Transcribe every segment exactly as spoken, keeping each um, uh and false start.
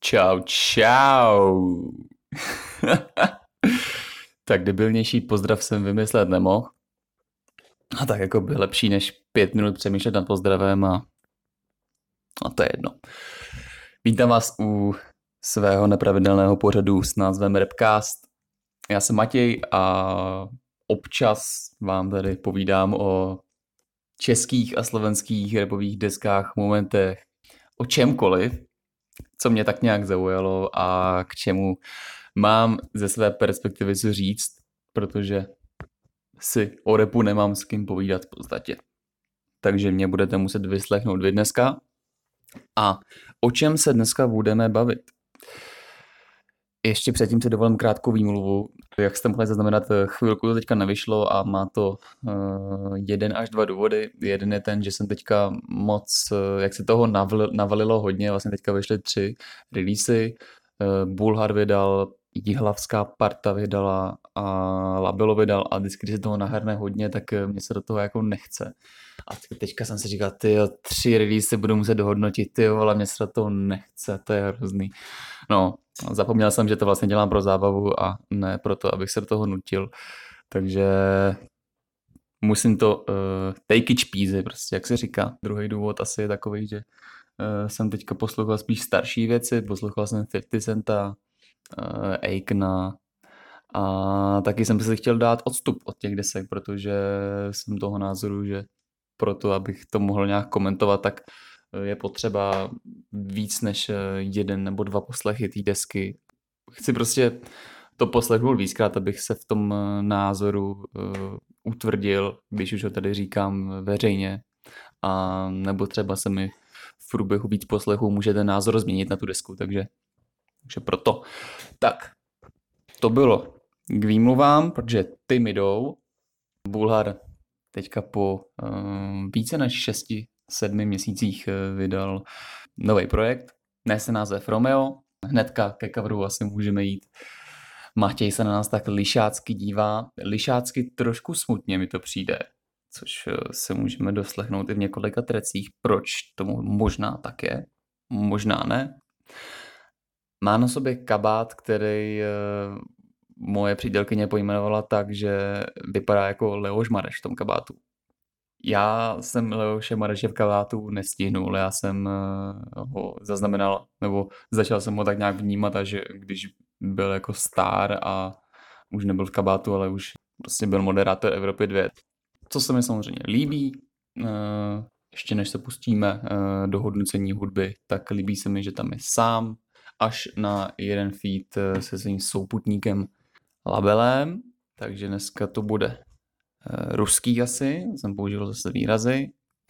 Čau, čau. Tak debilnější pozdrav jsem vymyslet nemohl. A tak jako by lepší než pět minut přemýšlet nad pozdravem a, a to je jedno. Vítám vás u svého nepravidelného pořadu s názvem Rapcast. Já jsem Matěj a občas vám tady povídám o českých a slovenských rapových deskách, momentech, o čemkoliv, co mě tak nějak zaujalo a k čemu mám ze své perspektivy co říct, protože si o rapu nemám s kým povídat v podstatě. Takže mě budete muset vyslechnout vy dneska. A o čem se dneska budeme bavit? Ještě předtím si dovolím krátkou výmluvu. Jak jste mohli zaznamenat, chvilku to teďka nevyšlo a má to uh, jeden až dva důvody. Jeden je ten, že jsem teďka moc, uh, jak se toho navl, navalilo hodně, vlastně teďka vyšly tři releasy. Uh, Bulhar vydal, Jihlavská parta vydala a Labelo vydal a vždycky, když se toho nahrne hodně, tak mě se do toho jako nechce. A teďka jsem si říkal, tyjo, tři releasy budu muset dohodnotit, tyjo, ale mě se do toho nechce, to je hrozný. No, zapomněl jsem, že to vlastně dělám pro zábavu a ne proto, abych se do toho nutil. Takže musím to uh, take it cheesy, prostě, jak se říká. Druhý důvod asi je takový, že uh, jsem teďka poslouchal spíš starší věci, poslouchal jsem fifty Centa, uh, Akena a taky jsem si chtěl dát odstup od těch desek, protože jsem toho názoru, že proto, abych to mohl nějak komentovat, tak je potřeba víc než jeden nebo dva poslechy té desky. Chci prostě to poslechnout víckrát, abych se v tom názoru uh, utvrdil, když už ho tady říkám veřejně, a nebo třeba se mi v průběhu víc poslechů může ten názor změnit na tu desku, takže, takže proto. Tak, to bylo k výmluvám, protože ty mi jdou. Bulhar teďka po uh, více než šesti, sedmi měsících uh, vydal nový projekt, nese název Romeo, hnedka ke coveru asi můžeme jít. Matěj se na nás tak lišácky dívá, lišácky trošku smutně mi to přijde, což uh, se můžeme doslechnout i v několika trecích, proč tomu možná tak je, možná ne. Má na sobě kabát, který uh, moje přítelkyně pojmenovala tak, že vypadá jako Leoš Mareš v tom kabátu. Já jsem Leoše Mareše v kabátu nestihnul, já jsem ho zaznamenal, nebo začal jsem ho tak nějak vnímat, až když byl jako star a už nebyl v kabátu, ale už prostě byl moderátor Evropy dva. Co se mi samozřejmě líbí, ještě než se pustíme do hodnocení hudby, tak líbí se mi, že tam je sám, až na jeden feat se svým souputníkem Labelem, takže dneska to bude uh, ruský asi, jsem použil zase výrazy.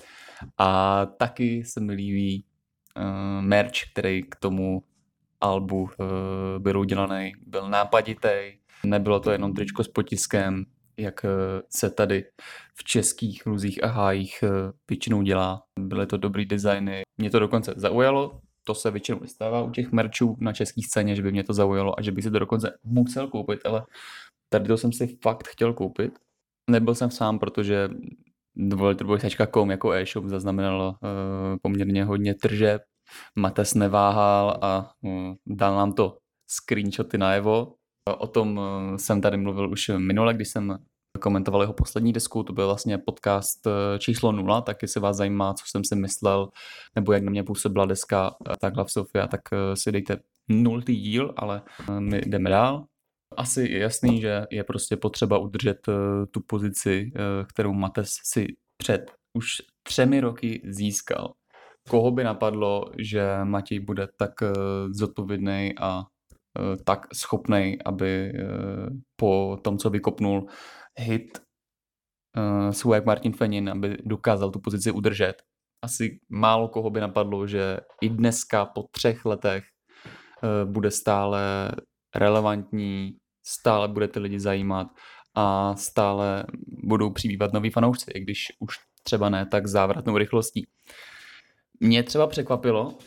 A taky se mi líbí uh, merch, který k tomu albu uh, byl udělaný, byl nápaditý. Nebylo to jenom tričko s potiskem, jak uh, se tady v českých luzích a hájích uh, většinou dělá. Byly to dobrý designy, mě to dokonce zaujalo. To se většinou nestává u těch merchů na české scéně, že by mě to zaujalo a že bych si to dokonce musel koupit, ale tady to jsem si fakt chtěl koupit. Nebyl jsem sám, protože dvojtečka tečka com jako e-shop zaznamenalo uh, poměrně hodně tržeb. Mates neváhal a uh, dal nám to screenshoty najevo. O tom uh, jsem tady mluvil už minule, když jsem komentoval jeho poslední desku, to byl vlastně podcast číslo nula, tak jestli vás zajímá, co jsem si myslel, nebo jak na mě působila deska takhle v Sofia, tak si dejte nultý díl, ale my jdeme dál. Asi je jasný, že je prostě potřeba udržet tu pozici, kterou Mates si před už třemi roky získal. Koho by napadlo, že Matěj bude tak zodpovědný a tak schopnej, aby po tom, co vykopnul hit uh, svůj jak Martin Fenin, aby dokázal tu pozici udržet. Asi málo koho by napadlo, že i dneska po třech letech uh, bude stále relevantní, stále bude ty lidi zajímat a stále budou přibývat noví fanoušci, i když už třeba ne tak závratnou rychlostí. Mě třeba překvapilo, uh,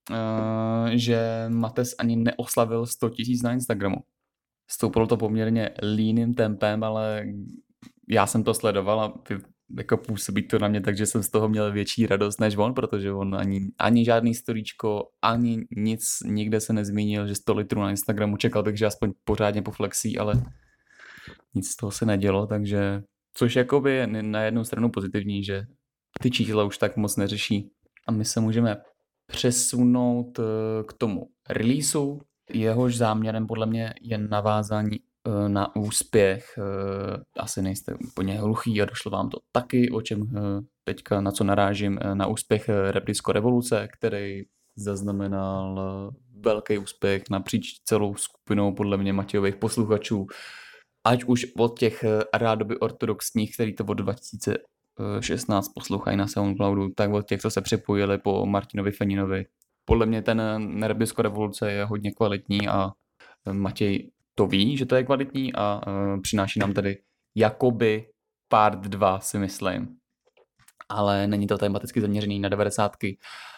že Mates ani neoslavil sto tisíc na Instagramu. Stoupilo to poměrně líným tempem, ale já jsem to sledoval a jako působí to na mě tak, že jsem z toho měl větší radost než on, protože on ani, ani žádný storíčko, ani nic, nikde se nezmínil, že sto litrů na Instagramu, čekal bych, že aspoň pořádně poflexí, ale nic z toho se nedělo, takže což jakoby je na jednu stranu pozitivní, že ty čísla už tak moc neřeší a my se můžeme přesunout k tomu releaseu, jehož záměrem podle mě je navázání na úspěch. Asi nejste úplně hluchý a došlo vám to taky, o čem teďka na co narážím, na úspěch Rap Disco Revoluce, který zaznamenal velký úspěch napříč celou skupinou podle mě Matějových posluchačů, ať už od těch rádoby ortodoxních, který to od dva tisíce šestnáct poslouchají na Soundcloudu, tak od těch, co se připojili po Martinovi Feninovi. Podle mě ten Rap Disco Revoluce je hodně kvalitní a Matěj to ví, že to je kvalitní a uh, přináší nám tady jakoby part dva, si myslím. Ale není to tematicky zaměřený na devadesátky.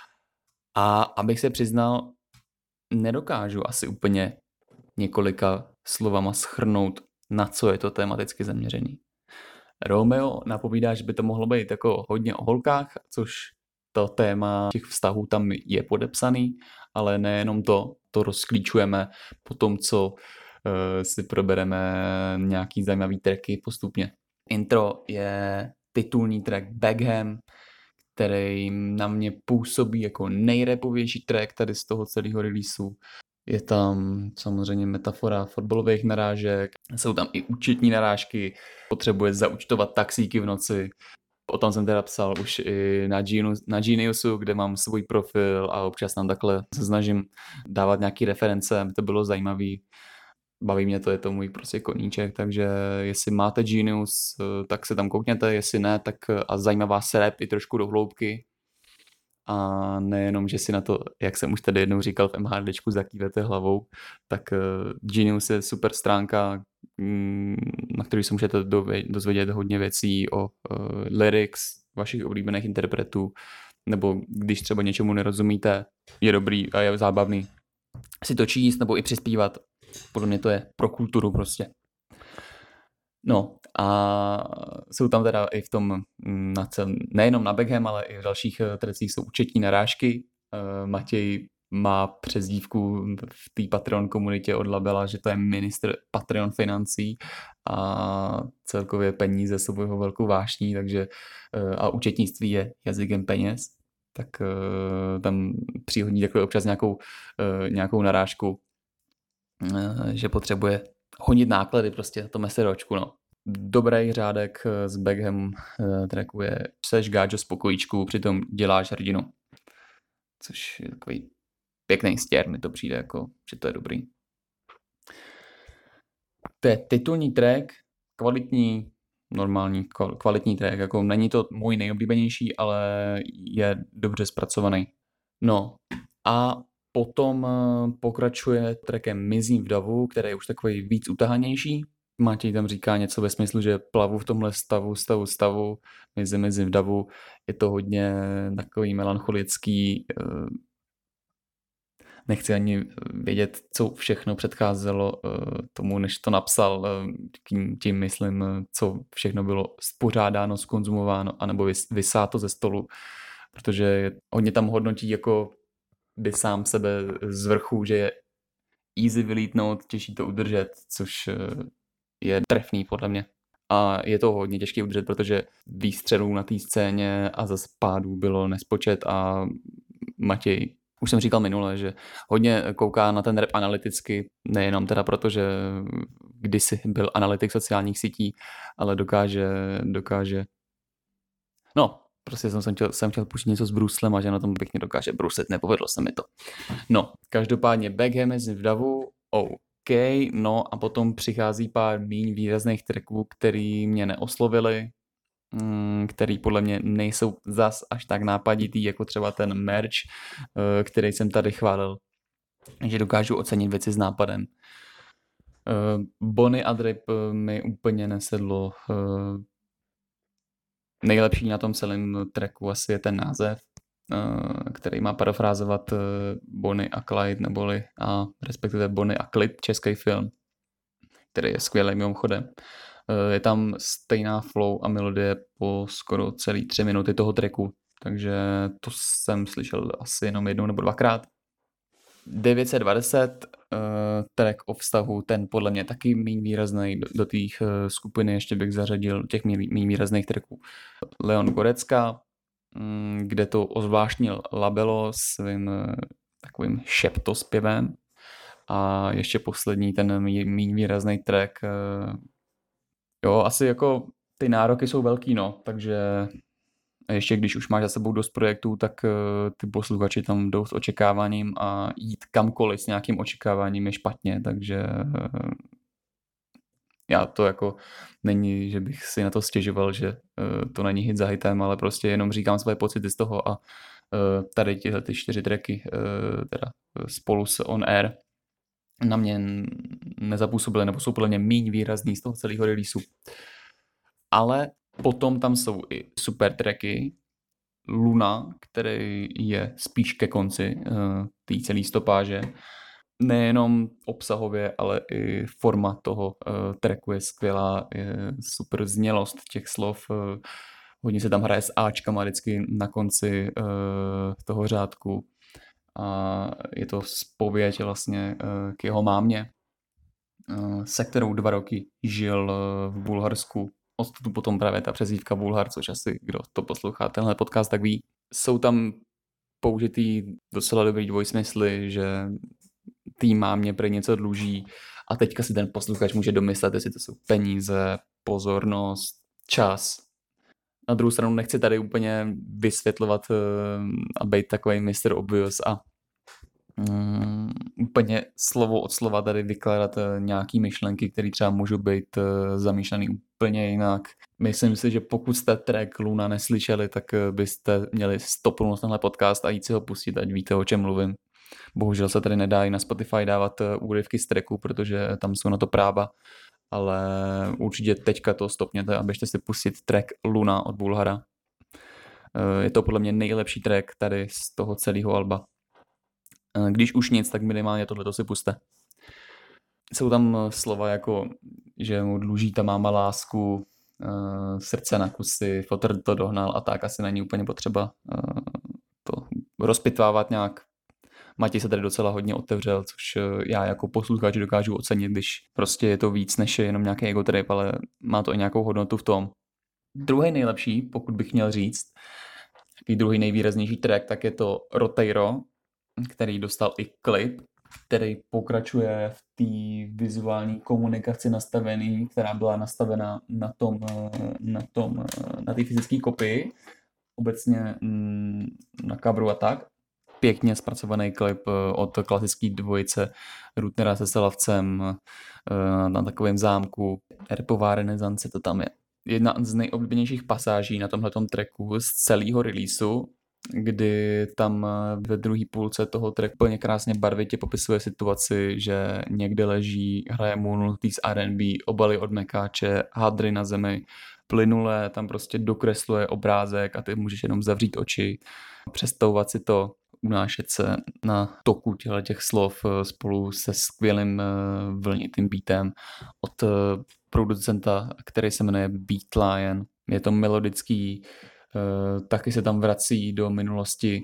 A abych se přiznal, nedokážu asi úplně několika slovama shrnout, na co je to tematicky zaměřený. Romeo napovídá, že by to mohlo být jako hodně o holkách, což to téma těch vztahů tam je podepsaný, ale nejenom to, to rozklíčujeme po tom, co uh, si probereme nějaký zajímavý tracky postupně. Intro je titulní track Beckham, který na mě působí jako nejrapovější track tady z toho celého releaseu. Je tam samozřejmě metafora fotbalových narážek, jsou tam i účetní narážky, potřebuje zaúčtovat taxíky v noci. O tom jsem teda psal už i na, Genius, na Geniusu, kde mám svůj profil a občas tam takhle se snažím dávat nějaké reference, aby to bylo zajímavý. Baví mě to, je to můj prostě koníček, takže jestli máte Genius, tak se tam koukněte, jestli ne, tak a zajímavá se rap i trošku do hloubky. A nejenom, že si na to, jak jsem už tady jednou říkal v MHDčku, zakývete hlavou, tak Genius je super stránka, na který se můžete dozvědět hodně věcí o uh, lyrics vašich oblíbených interpretů, nebo když třeba něčemu nerozumíte, je dobrý a je zábavný si to číst nebo i přispívat. Podle mě to je pro kulturu prostě. No a jsou tam teda i v tom, na cel, nejenom na Beckham, ale i v dalších trecích jsou účetní narážky. Matěj má přezdívku v té Patreon komunitě od Labela, že to je ministr Patreon financí a celkově peníze jsou jeho velkou vášní, takže a účetnictví je jazykem peněz, tak tam přihodí takhle občas nějakou, nějakou narážku, že potřebuje honit náklady prostě na to meseročku, no. Dobrý řádek z Beckham tracku je seš gáčo z pokojíčku, přitom děláš hrdinu. Což je takový pěkný stěr, mi to přijde jako, že to je dobrý. To je titulní track, kvalitní, normální, kvalitní track, jako není to můj nejoblíbenější, ale je dobře zpracovaný. No a potom pokračuje trackem Mizím v davu, který je už takový víc utahanější. Matěj tam říká něco ve smyslu, že plavu v tomhle stavu, stavu, stavu, mizím, mizím v davu. Je to hodně takový melancholický, nechci ani vědět, co všechno předcházelo tomu, než to napsal, tím, tím myslím, co všechno bylo spořádáno, skonzumováno, anebo vysáto ze stolu, protože hodně tam hodnotí jako by sám sebe z vrchu, že je easy vylítnout, těžší to udržet, což je trefný podle mě. A je to hodně těžké udržet, protože výstřelů na té scéně a zase pádů bylo nespočet a Matěj, už jsem říkal minule, že hodně kouká na ten rap analyticky, nejenom teda proto, že kdysi byl analytik sociálních sítí, ale dokáže, dokáže, no, prostě jsem, jsem, chtěl, jsem chtěl použít něco s bruslem a že na tom pěkně dokáže bruslit, nepovedlo se mi to. No, každopádně Beckham je v davu, OK, no a potom přichází pár míň výrazných tracků, který mě neoslovili, který podle mě nejsou zas až tak nápaditý, jako třeba ten merch, který jsem tady chválil, že dokážu ocenit věci s nápadem. Bonny a Drip mi úplně nesedlo. Nejlepší na tom celém tracku asi je ten název, který má parafrázovat Bonny a Clyde, neboli a respektive Bonny a Clyde, český film, který je skvělý mimochodem. Je tam stejná flow a melodie po skoro celý tři minuty toho tracku, takže to jsem slyšel asi jenom jednou nebo dvakrát. devět set dvacet, uh, track o vztahu, ten podle mě taky méně výrazný, do, do té uh, skupiny ještě bych zařadil těch méně výrazných tracků. Leon Gorecka, um, kde to ozvláštnil Labelo svým uh, takovým šeptospěvem a ještě poslední ten méně výrazný track. Uh, jo, asi jako ty nároky jsou velký, no, takže a ještě když už máš za sebou dost projektů, tak uh, ty posluchači tam jdou s očekáváním a jít kamkoliv s nějakým očekáváním je špatně, takže uh, já to jako není, že bych si na to stěžoval, že uh, to není hit za hitem, ale prostě jenom říkám své pocity z toho a uh, tady tyhle ty čtyři tracky, uh, teda spolu s On Air, na mě nezapůsobily, nebo jsou podle mě míň výrazný z toho celého releaseu. Ale potom tam jsou i super tracky. Luna, který je spíš ke konci uh, té celé stopáže. Nejenom obsahově, ale i forma toho uh, tracku je skvělá, je super znělost těch slov. Uh, hodně se tam hraje s áčkama vždycky na konci uh, toho řádku. A je to zpověď vlastně uh, k jeho mámě, uh, se kterou dva roky žil uh, v Bulharsku. Odtud potom právě ta přezdívka Bulhar, což asi kdo to poslouchá tenhle podcast, tak ví. Jsou tam použitý docela dobrý dvojsmysly, že tým mámě pro něco dluží a teďka si ten posluchač může domyslet, jestli to jsou peníze, pozornost, čas. Na druhou stranu nechci tady úplně vysvětlovat uh, a být takový mister Obvious a um, úplně slovo od slova tady vykládat uh, nějaký myšlenky, které třeba můžou být uh, zamýšlený úplně jinak. Myslím si, že pokud jste track Luna neslyšeli, tak uh, byste měli stopnout tenhle podcast a jít si ho pustit, ať víte, o čem mluvím. Bohužel se tady nedá i na Spotify dávat uh, úryvky z tracku, protože tam jsou na to práva, ale určitě teďka to stopněte a běžte si pustit track Luna od Bulhara. Uh, je to podle mě nejlepší track tady z toho celého alba. Když už nic, tak minimálně tohleto si puste. Jsou tam slova jako, že mu dluží ta máma lásku, uh, srdce na kusy, fotr to dohnal a tak, asi není úplně potřeba uh, to rozpitvávat nějak. Matěj se tady docela hodně otevřel, což uh, já jako posluchač dokážu ocenit, když prostě je to víc než je jenom nějaký ego trip, ale má to i nějakou hodnotu v tom. Druhý nejlepší, pokud bych měl říct, takový druhý nejvýraznější track, tak je to Roteiro, který dostal i klip, který pokračuje v té vizuální komunikaci nastavený, která byla nastavena na tom, na tom, na té fyzické kopii, obecně na coveru a tak. Pěkně zpracovaný klip od klasické dvojice Rutnera se Selavcem na takovém zámku. Rapová renesance to tam je. Jedna z nejoblíbenějších pasáží na tomhletom tracku z celého releaseu, kdy tam ve druhé půlce toho tracku plně krásně barvitě popisuje situaci, že někde leží, hraje Moonlight z R and B, obaly od mekáče, hadry na zemi, plynule tam prostě dokresluje obrázek a ty můžeš jenom zavřít oči, představovat si to, unášet se na toku těch slov spolu se skvělým vlnitým beatem od producenta, který se jmenuje Beat Lion. Je to melodický, Uh, taky se tam vrací do minulosti.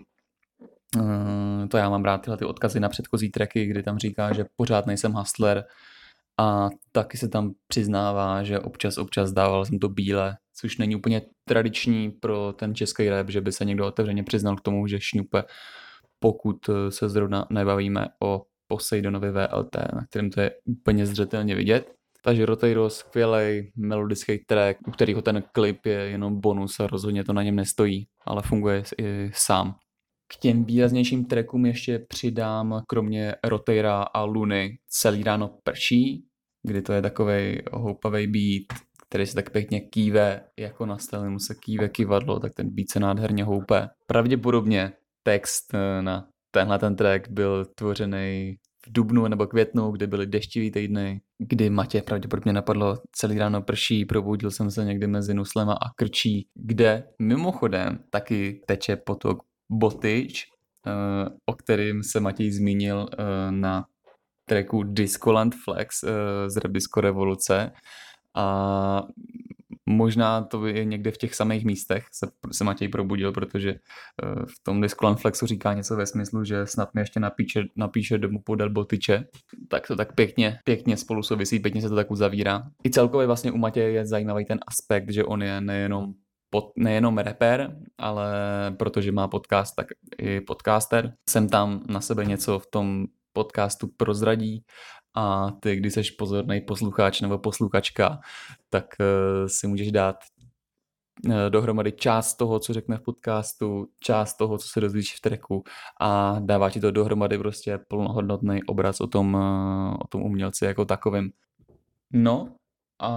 Uh, to já mám rád tyhle ty odkazy na předchozí tracky, kdy tam říká, že pořád nejsem hustler a taky se tam přiznává, že občas občas dával jsem to bíle, což není úplně tradiční pro ten český rap, že by se někdo otevřeně přiznal k tomu, že šňupe, pokud se zrovna nebavíme o Poseidonovi V L T, na kterém to je úplně zřetelně vidět. Takže Roteiro, skvělej melodický track, u kterého ten klip je jenom bonus a rozhodně to na něm nestojí, ale funguje i sám. K těm výraznějším trackům ještě přidám kromě Roteira a Luny Celý ráno prší, kdy to je takovej houpavej beat, který se tak pěkně kýve, jako na mu se kýve kývadlo, tak ten beat se nádherně houpe. Pravděpodobně text na tenhle ten track byl tvořený v dubnu nebo květnu, kdy byly deštivý týdny, kdy Matě pravděpodobně napadlo Celý ráno prší, probudil jsem se někdy mezi Nuslema a Krčí, kde mimochodem taky teče potok Botyč, o kterým se Matěj zmínil na tracku Discoland Flex z Rap Disco Revoluce A možná to je někde v těch samých místech se, se Matěj probudil, protože v tom disku Flexu říká něco ve smyslu, že snad mi ještě napíše, napíše domů podél botyče. Tak to tak pěkně, pěkně spolu souvisí, pěkně se to tak uzavírá. I celkově vlastně u Matěje je zajímavý ten aspekt, že on je nejenom Pod, nejenom rapper, ale protože má podcast, tak i podcaster. Sem tam na sebe něco v tom podcastu prozradí a ty, když seš pozorný posluchač nebo posluchačka, tak uh, si můžeš dát uh, dohromady část toho, co řekne v podcastu, část toho, co se dozvíš v tracku a dává ti to dohromady prostě plnohodnotný obraz o tom, uh, o tom umělci jako takovým. No a,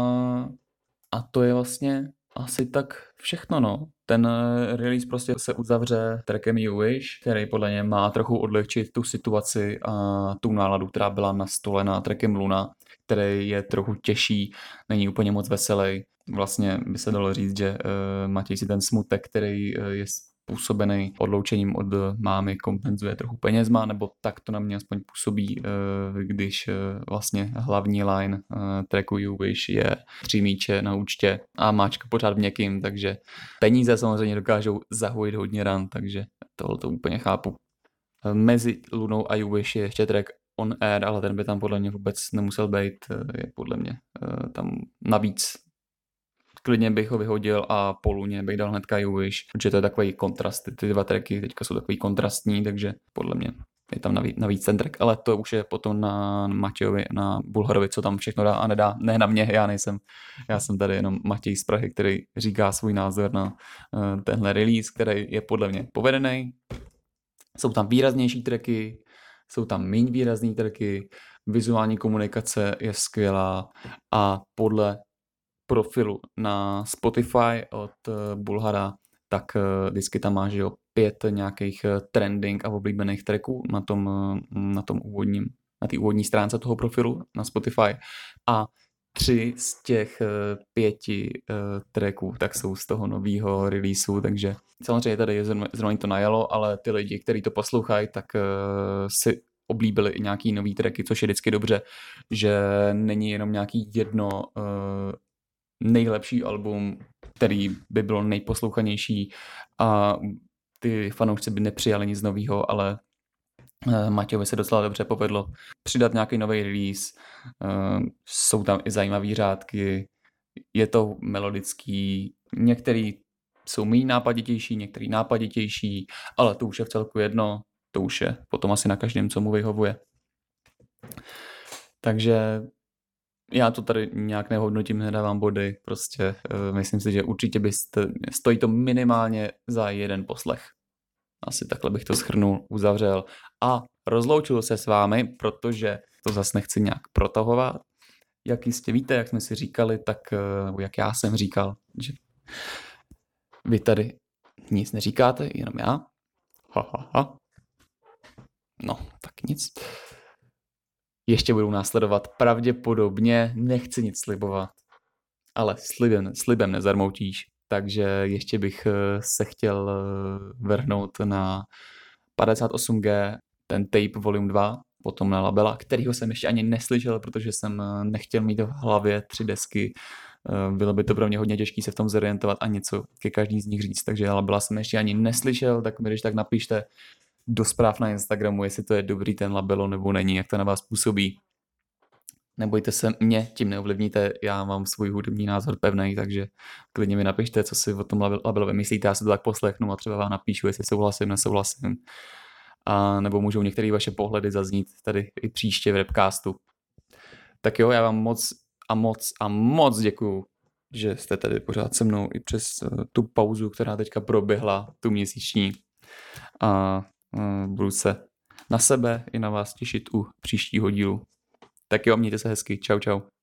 a to je vlastně asi tak všechno, no. Ten release prostě se uzavře trackem You Wish, který podle mě má trochu odlehčit tu situaci a tu náladu, která byla nastolena trackem Luna, který je trochu těžší, není úplně moc veselý. Vlastně by se dalo říct, že uh, Matěj si ten smutek, který uh, je způsobený odloučením od mámy, kompenzuje trochu penězma, nebo tak to na mě aspoň působí, když vlastně hlavní line tracku You Wish je tři míče na účtě a máčka pořád měkkým, takže peníze samozřejmě dokážou zahojit hodně ran, takže tohle to úplně chápu. Mezi Lunou a You Wish je ještě track On Air, ale ten by tam podle mě vůbec nemusel být, je podle mě tam navíc. Klidně bych ho vyhodil a po Luně bych dal hnedka You Wish, protože to je takový kontrast. Ty dva tracky teďka jsou takový kontrastní, takže podle mě je tam navíc, navíc ten track, ale to už je potom na Matějovi, na Bulharovi, co tam všechno dá a nedá. Ne na mě, já nejsem, já jsem tady jenom Matěj z Prahy, který říká svůj názor na uh, tenhle release, který je podle mě povedený. Jsou tam výraznější tracky, jsou tam méně výrazný tracky, vizuální komunikace je skvělá a podle profilu na Spotify od Bulhara, tak vždycky tam má, že jo, pět nějakých trending a oblíbených tracků na tom, na tom úvodním, na té úvodní stránce toho profilu na Spotify a tři z těch pěti uh, tracků tak jsou z toho nového releaseu, takže samozřejmě tady je zrovna to najelo, ale ty lidi, kteří to poslouchají, tak uh, si oblíbili i nějaký nový tracky, což je vždycky dobře, že není jenom nějaký jedno uh, nejlepší album, který by bylo nejposlouchanější a ty fanoušci by nepřijali nic nového, ale Matějovi se docela dobře povedlo přidat nějaký nový release, jsou tam i zajímavé řádky, je to melodický, některý jsou méně nápaditější, některý nápaditější, ale to už je v celku jedno, to už je potom asi na každém, co mu vyhovuje. Takže já to tady nějak nehodnotím, nedávám body, prostě uh, myslím si, že určitě byste, stojí to minimálně za jeden poslech. Asi takhle bych to shrnul, uzavřel a rozloučil se s vámi, protože to zase nechci nějak protahovat. Jak jistě víte, jak jsme si říkali, tak uh, jak já jsem říkal, že vy tady nic neříkáte, jenom já. Ha, ha, ha. No, tak nic. Ještě budou následovat pravděpodobně, nechci nic slibovat, ale slibem, slibem nezarmoutíš, takže ještě bych se chtěl vrhnout na padesát osm gé, ten tape volume dva, potom na Labela, kterýho jsem ještě ani neslyšel, protože jsem nechtěl mít v hlavě tři desky, bylo by to pro mě hodně těžké se v tom zorientovat a něco ke každý z nich říct, takže Labela jsem ještě ani neslyšel, tak mi když tak napište do zpráv na Instagramu, jestli to je dobrý ten Labelo nebo není, jak to na vás působí. Nebojte se, mě tím neovlivníte, já mám svůj hudební názor pevný, takže klidně mi napište, co si o tom Labelovi myslíte, já si to tak poslechnu a třeba vám napíšu, jestli souhlasím, nesouhlasím. A nebo můžou některé vaše pohledy zaznít tady i příště v Rapcastu. Tak jo, já vám moc a moc a moc děkuju, že jste tady pořád se mnou i přes tu pauzu, která teďka proběhla, tu měsíční. A budu se na sebe i na vás těšit u příštího dílu. Tak jo, mějte se hezky. Čau, čau.